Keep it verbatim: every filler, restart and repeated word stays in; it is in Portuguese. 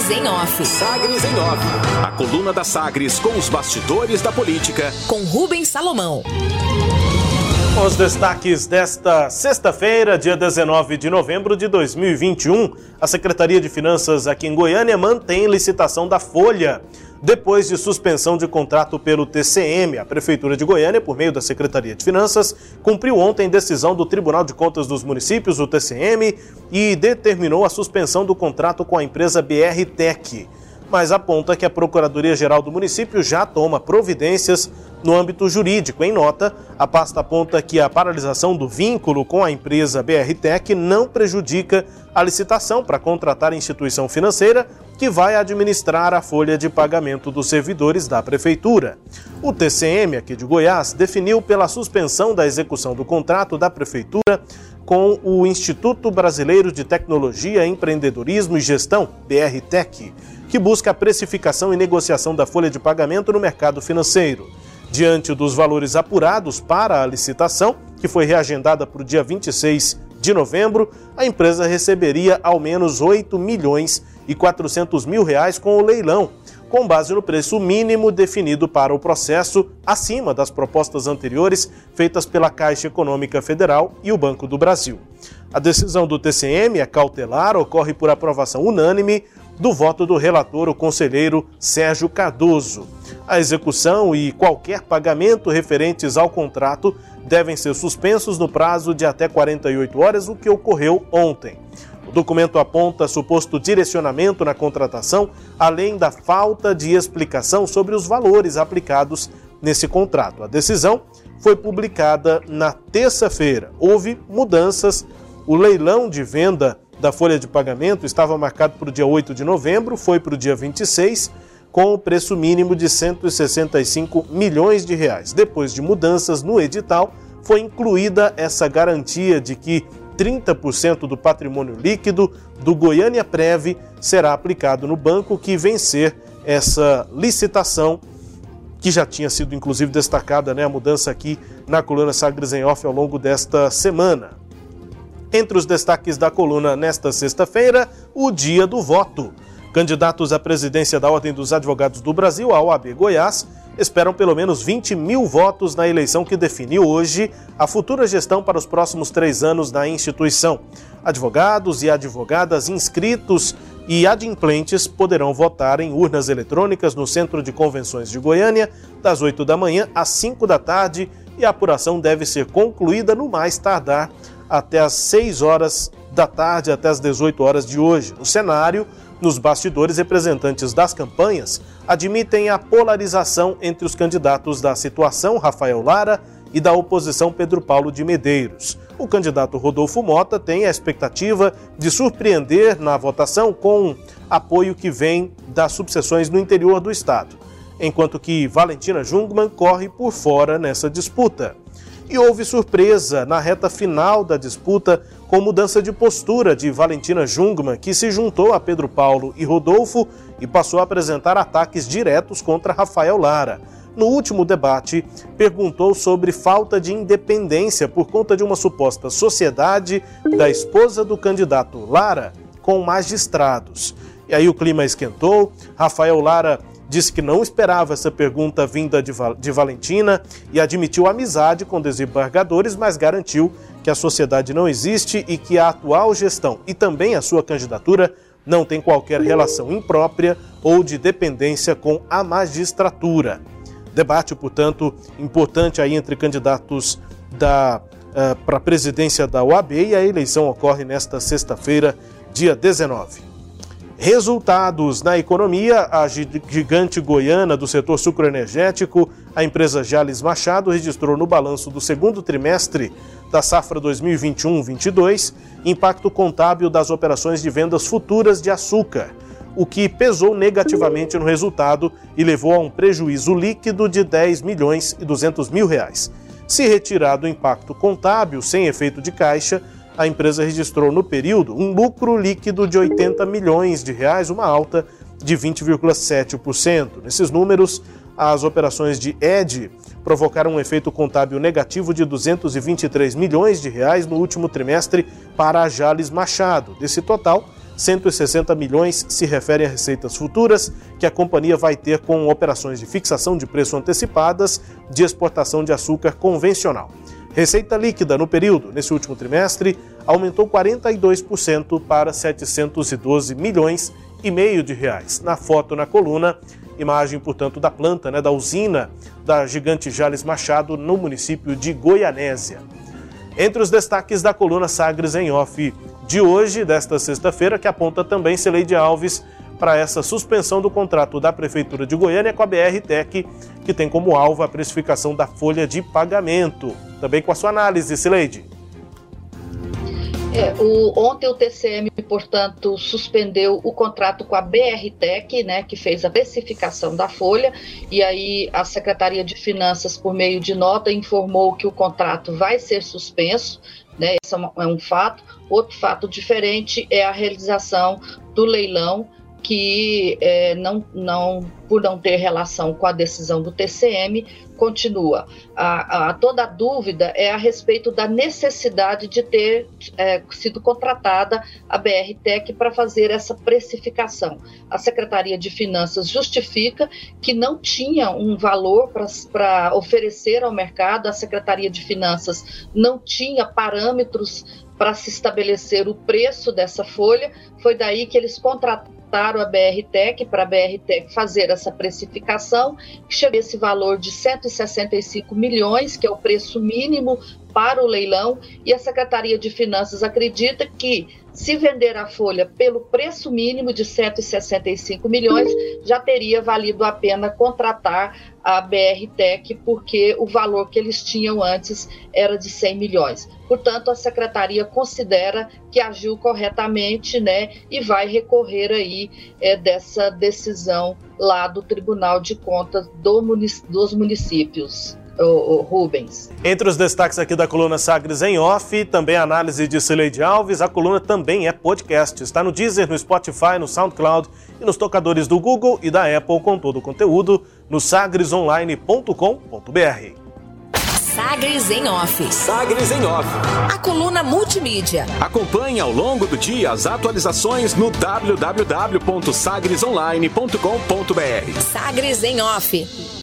Sagres em Off. Sagres em Off. A coluna da Sagres com os bastidores da política. Com Rubens Salomão. Os destaques desta sexta-feira, dia dezenove de novembro de dois mil e vinte e um. A Secretaria de Finanças aqui em Goiânia mantém licitação da Folha. Depois de suspensão de contrato pelo T C M, a Prefeitura de Goiânia, por meio da Secretaria de Finanças, cumpriu ontem decisão do Tribunal de Contas dos Municípios, o T C M, e determinou a suspensão do contrato com a empresa B R Tech. Mas aponta que a Procuradoria-Geral do município já toma providências no âmbito jurídico. Em nota, a pasta aponta que a paralisação do vínculo com a empresa B R Tech não prejudica a licitação para contratar a instituição financeira que vai administrar a folha de pagamento dos servidores da Prefeitura. O T C M aqui de Goiás definiu pela suspensão da execução do contrato da Prefeitura com o Instituto Brasileiro de Tecnologia, Empreendedorismo e Gestão, B R Tech, que busca a precificação e negociação da folha de pagamento no mercado financeiro. Diante dos valores apurados para a licitação, que foi reagendada para o dia vinte e seis de novembro, a empresa receberia ao menos oito milhões e quatrocentos mil reais com o leilão, com base no preço mínimo definido para o processo, acima das propostas anteriores feitas pela Caixa Econômica Federal e o Banco do Brasil. A decisão do T C M é cautelar, ocorre por aprovação unânime do voto do relator, o conselheiro Sérgio Cardoso. A execução e qualquer pagamento referentes ao contrato devem ser suspensos no prazo de até quarenta e oito horas, o que ocorreu ontem. O documento aponta suposto direcionamento na contratação, além da falta de explicação sobre os valores aplicados nesse contrato. A decisão foi publicada na terça-feira. Houve mudanças. O leilão de venda da folha de pagamento estava marcado para o dia oito de novembro, foi para o dia vinte e seis, com o preço mínimo de cento e sessenta e cinco milhões de reais. Depois de mudanças no edital, foi incluída essa garantia de que trinta por cento do patrimônio líquido do Goiânia Prev será aplicado no banco que vencer essa licitação, que já tinha sido inclusive destacada, né, a mudança aqui na coluna Sagres em Off ao longo desta semana. Entre os destaques da coluna nesta sexta-feira, o dia do voto. Candidatos à presidência da Ordem dos Advogados do Brasil, a O A B Goiás, esperam pelo menos vinte mil votos na eleição que definiu hoje a futura gestão para os próximos três anos da instituição. Advogados e advogadas inscritos e adimplentes poderão votar em urnas eletrônicas no Centro de Convenções de Goiânia, das oito da manhã às cinco da tarde, e a apuração deve ser concluída no mais tardar até às seis horas da tarde, até às dezoito horas de hoje. No cenário, nos bastidores, representantes das campanhas admitem a polarização entre os candidatos da situação, Rafael Lara, e da oposição, Pedro Paulo de Medeiros. O candidato Rodolfo Mota tem a expectativa de surpreender na votação com apoio que vem das subseções no interior do estado, enquanto que Valentina Jungmann corre por fora nessa disputa. E houve surpresa na reta final da disputa com mudança de postura de Valentina Jungmann, que se juntou a Pedro Paulo e Rodolfo e passou a apresentar ataques diretos contra Rafael Lara. No último debate, perguntou sobre falta de independência por conta de uma suposta sociedade da esposa do candidato Lara com magistrados. E aí o clima esquentou, Rafael Lara disse que não esperava essa pergunta vinda de, Val- de Valentina e admitiu amizade com desembargadores, mas garantiu que a sociedade não existe e que a atual gestão e também a sua candidatura não tem qualquer relação imprópria ou de dependência com a magistratura. Debate, portanto, importante aí entre candidatos da, uh, para a presidência da O A B, e a eleição ocorre nesta sexta-feira, dia dezenove. Resultados na economia: a gigante goiana do setor sucroenergético, a empresa Jalles Machado, registrou no balanço do segundo trimestre da safra dois mil e vinte e um vinte e dois impacto contábil das operações de vendas futuras de açúcar, o que pesou negativamente no resultado e levou a um prejuízo líquido de dez milhões e duzentos mil reais. Se retirado o impacto contábil sem efeito de caixa, a empresa registrou no período um lucro líquido de oitenta milhões de reais, uma alta de vinte vírgula sete por cento. Nesses números, as operações de E D provocaram um efeito contábil negativo de duzentos e vinte e três milhões de reais no último trimestre para a Jalles Machado. Desse total, cento e sessenta milhões se referem a receitas futuras que a companhia vai ter com operações de fixação de preço antecipadas de exportação de açúcar convencional. Receita líquida no período, nesse último trimestre, aumentou quarenta e dois por cento para setecentos e doze milhões e meio de reais. Na foto na coluna, imagem, portanto, da planta, né, da usina da Gigante Jales Machado, no município de Goianésia. Entre os destaques da coluna Sagres em Off de hoje, desta sexta-feira, que aponta também Cileide Alves para essa suspensão do contrato da Prefeitura de Goiânia com a B R Tech, que tem como alvo a precificação da folha de pagamento. Também com a sua análise, Cileide. É, o, ontem o T C M, portanto, suspendeu o contrato com a B R Tech, né, que fez a precificação da folha, e aí a Secretaria de Finanças, por meio de nota, informou que o contrato vai ser suspenso, né, esse é um fato. Outro fato diferente é a realização do leilão, que é, não, não, por não ter relação com a decisão do T C M, continua. A, a, toda a dúvida é a respeito da necessidade de ter é, sido contratada a B R Tech para fazer essa precificação. A Secretaria de Finanças justifica que não tinha um valor para oferecer ao mercado, a Secretaria de Finanças não tinha parâmetros para se estabelecer o preço dessa folha, foi daí que eles contrataram a B R Tech, para a B R Tech fazer essa precificação, que chegou a esse valor de cento e sessenta e cinco milhões, que é o preço mínimo para o leilão, e a Secretaria de Finanças acredita que, se vender a folha pelo preço mínimo de cento e sessenta e cinco milhões, já teria valido a pena contratar a B R Tech, porque o valor que eles tinham antes era de cem milhões. Portanto, a Secretaria considera que agiu corretamente, né, e vai recorrer aí é, dessa decisão lá do Tribunal de Contas do munic- dos municípios. O, o Rubens. Entre os destaques aqui da coluna Sagres em Off, também a análise de Cileide Alves. A coluna também é podcast. Está no Deezer, no Spotify, no SoundCloud e nos tocadores do Google e da Apple, com todo o conteúdo no sagres online ponto com ponto b r. Sagres em Off. Sagres em Off. A coluna multimídia. Acompanhe ao longo do dia as atualizações no w w w ponto sagres online ponto com ponto b r. Sagres em Off.